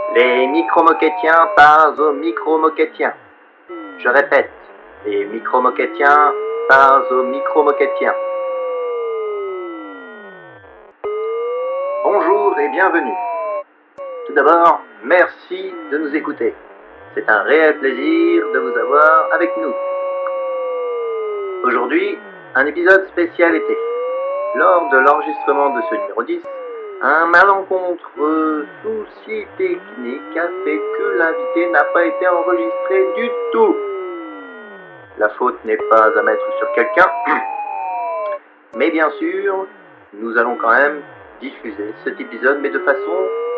Les micro-moquettiens parlent aux micro-moquettiens. Je répète, les micro-moquettiens parlent aux micro-moquettiens. Bonjour et bienvenue. Tout d'abord, merci de nous écouter. C'est un réel plaisir de vous avoir avec nous. Aujourd'hui, un épisode spécial été. Lors de l'enregistrement de ce numéro 10, un malencontreux souci technique a fait que l'invité n'a pas été enregistré du tout. La faute n'est pas à mettre sur quelqu'un, mais bien sûr, nous allons quand même diffuser cet épisode, mais de façon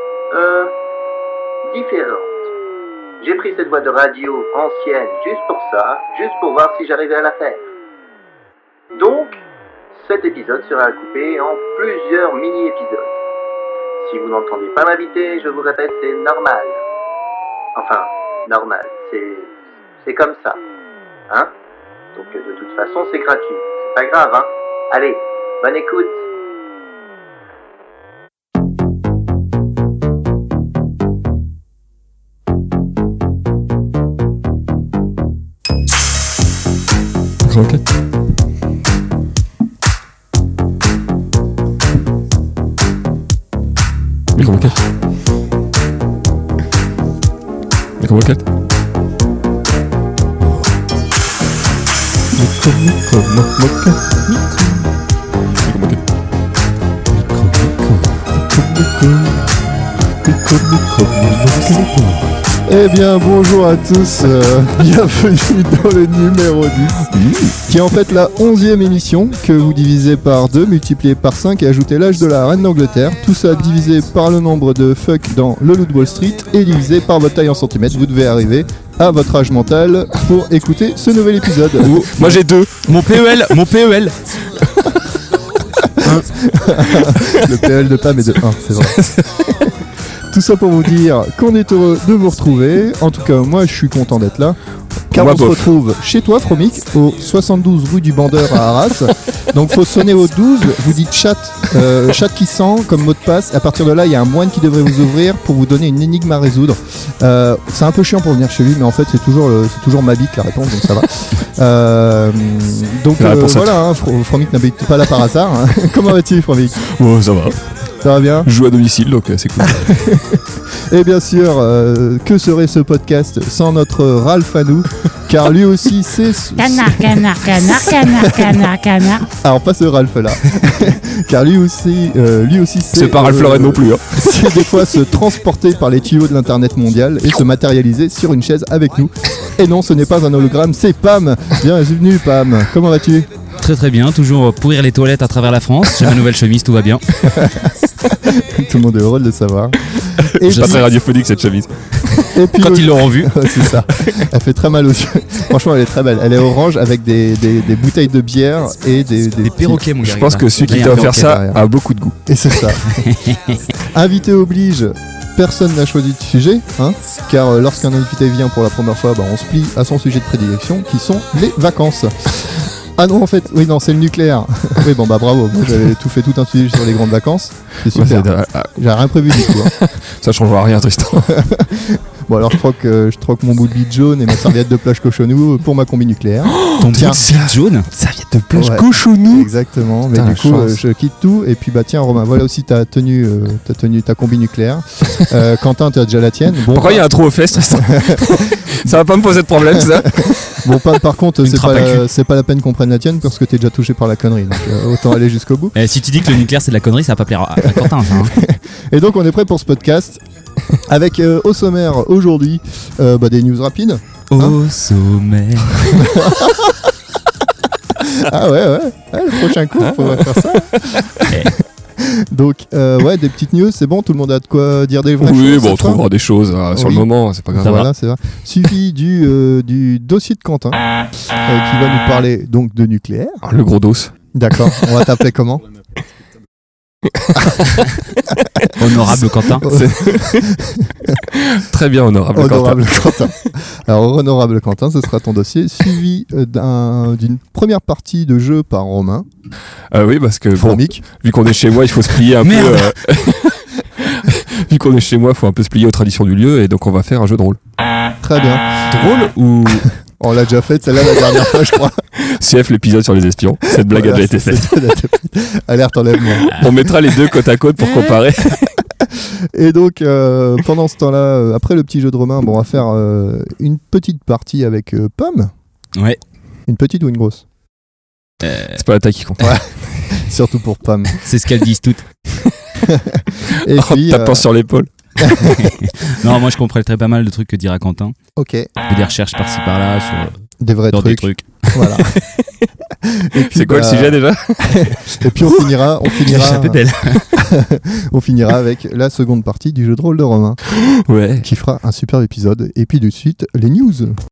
différente. J'ai pris cette voix de radio ancienne juste pour ça, juste pour voir si j'arrivais à la faire. Donc, cet épisode sera coupé en plusieurs mini-épisodes. Si vous n'entendez pas l'invité, je vous répète, c'est normal. Enfin, normal, c'est comme ça. Hein? Donc de toute façon, c'est gratuit. C'est pas grave, hein? Allez, bonne écoute! Croquette. Micro-moquette. Micro-moquette. Micro-moquette. Eh bien, bonjour à tous, bienvenue dans le numéro 10, qui est en fait la 11e émission, que vous divisez par 2, multiplié par 5 et ajoutez l'âge de la reine d'Angleterre. Tout ça divisé par le nombre de fuck dans le Loup de Wall Street et divisé par votre taille en centimètres. Vous devez arriver à votre âge mental pour écouter ce nouvel épisode. Moi j'ai 2. Mon PEL. Le PL de Pam est de 1, c'est vrai. Tout ça pour vous dire qu'on est heureux de vous retrouver. En tout cas, moi, je suis content d'être là. Car on se retrouve chez toi, Fromic, au 72 rue du Bandeur à Arras. Donc, faut sonner au 12. Vous dites chat qui sent comme mot de passe. À partir de là, il y a un moine qui devrait vous ouvrir pour vous donner une énigme à résoudre. C'est un peu chiant pour venir chez lui, mais en fait, c'est toujours ma bite la réponse, donc ça va. Donc voilà, hein, Fromic n'habite pas là par hasard. Hein. Comment vas-tu, Fromic? Oh, ça va. Ça va bien? Je joue à domicile, donc c'est cool. Et bien sûr, que serait ce podcast sans notre Ralph à nous? Car lui aussi, c'est... Canard. Alors, pas ce Ralph là. Car lui aussi, c'est pas Ralph Lauren non plus. Hein. C'est des fois se transporter par les tuyaux de l'internet mondial et se matérialiser sur une chaise avec nous. Et non, ce n'est pas un hologramme, c'est Pam. Bienvenue, Pam. Comment vas-tu? Très bien, toujours pourrir les toilettes à travers la France. J'ai ma nouvelle chemise, tout va bien. Tout le monde est heureux de le savoir. Et pas très radiophonique cette chemise. Et puis, quand ils l'auront vue. C'est ça. Elle fait très mal aux yeux. Franchement, elle est très belle. Elle est orange avec des bouteilles de bière et des perroquets, mon gars. Je pense que celui qui t'a offert ça a beaucoup de goût. Et c'est ça. Invité oblige. Personne n'a choisi de sujet, hein, car lorsqu'un invité vient pour la première fois, on se plie à son sujet de prédilection, qui sont les vacances. Ah non, en fait, oui, non, c'est le nucléaire. Oui, bravo. Moi, j'avais fait tout un sujet sur les grandes vacances. C'est super. J'ai rien prévu du tout. Hein. Ça changera rien, Tristan. Bon, alors je troque mon bout de bite jaune et ma serviette de plage cochonou pour ma combi nucléaire. Ton bout de bite jaune? Serviette de plage cochonou. Exactement. Mais du coup, je quitte tout. Et puis, tiens, Romain, voilà aussi ta tenue, ta combi nucléaire. Quentin, tu as déjà la tienne. Bon, pourquoi il y a un trou aux fesses, Tristan? Ça va pas me poser de problème, ça. Bon, par contre, c'est pas la peine qu'on prenne la tienne parce que t'es déjà touché par la connerie. Donc, autant aller jusqu'au bout. Si tu dis que le nucléaire c'est de la connerie, ça va pas plaire à Quentin, ça. Hein. Et donc, on est prêt pour ce podcast. Avec au sommaire aujourd'hui des news rapides. Au sommaire. Ah ouais, le prochain coup, faut faire ça. Donc, des petites news, c'est bon, tout le monde a de quoi dire des vraies choses. Oui, on trouvera des choses sur le moment, c'est pas grave. Voilà, c'est vrai. Suivi du dossier de Quentin, qui va nous parler donc de nucléaire. Le gros dos. D'accord, on va t'appeler comment? Honorable Quentin. Très bien, honorable Quentin. Alors, honorable Quentin, ce sera ton dossier, suivi d'une première partie de jeu par Romain. Oui, parce que vu qu'on est chez moi, il faut se plier un peu. Vu qu'on est chez moi, faut un peu se plier aux traditions du lieu et donc on va faire un jeu de rôle. Très bien. Drôle ou... On l'a déjà fait, celle-là, la dernière fois, je crois. CF, l'épisode sur les espions. Cette blague a déjà été faite. Alerte enlèvement. On mettra les deux côte à côte pour comparer. Et donc, pendant ce temps-là, après le petit jeu de Romain, bon, on va faire une petite partie avec Pomme. Ouais. Une petite ou une grosse C'est pas la taille qui compte. Ouais. Surtout pour Pomme. C'est ce qu'elles disent toutes. Et En puis, tapant sur l'épaule. Non, moi je compléterais pas mal de trucs que dira Quentin. ok, Des recherches par-ci par-là sur des vrais des trucs. trucs. Voilà. Et puis, C'est quoi le sujet déjà? Et puis on finira belle. on finira avec la seconde partie du jeu de rôle de Romain, Ouais. qui fera un super épisode. Et puis de suite, les news.